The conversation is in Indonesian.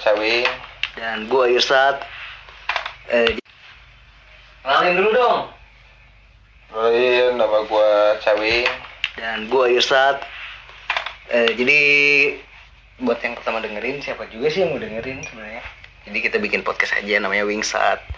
Cawing. Dan gua Irsat. Kenalin dulu dong. Nama gua Cawing. Dan gua Irsat. Jadi buat yang pertama dengerin, siapa juga sih yang mau dengerin sebenarnya. Jadi kita bikin podcast aja namanya Wingsat.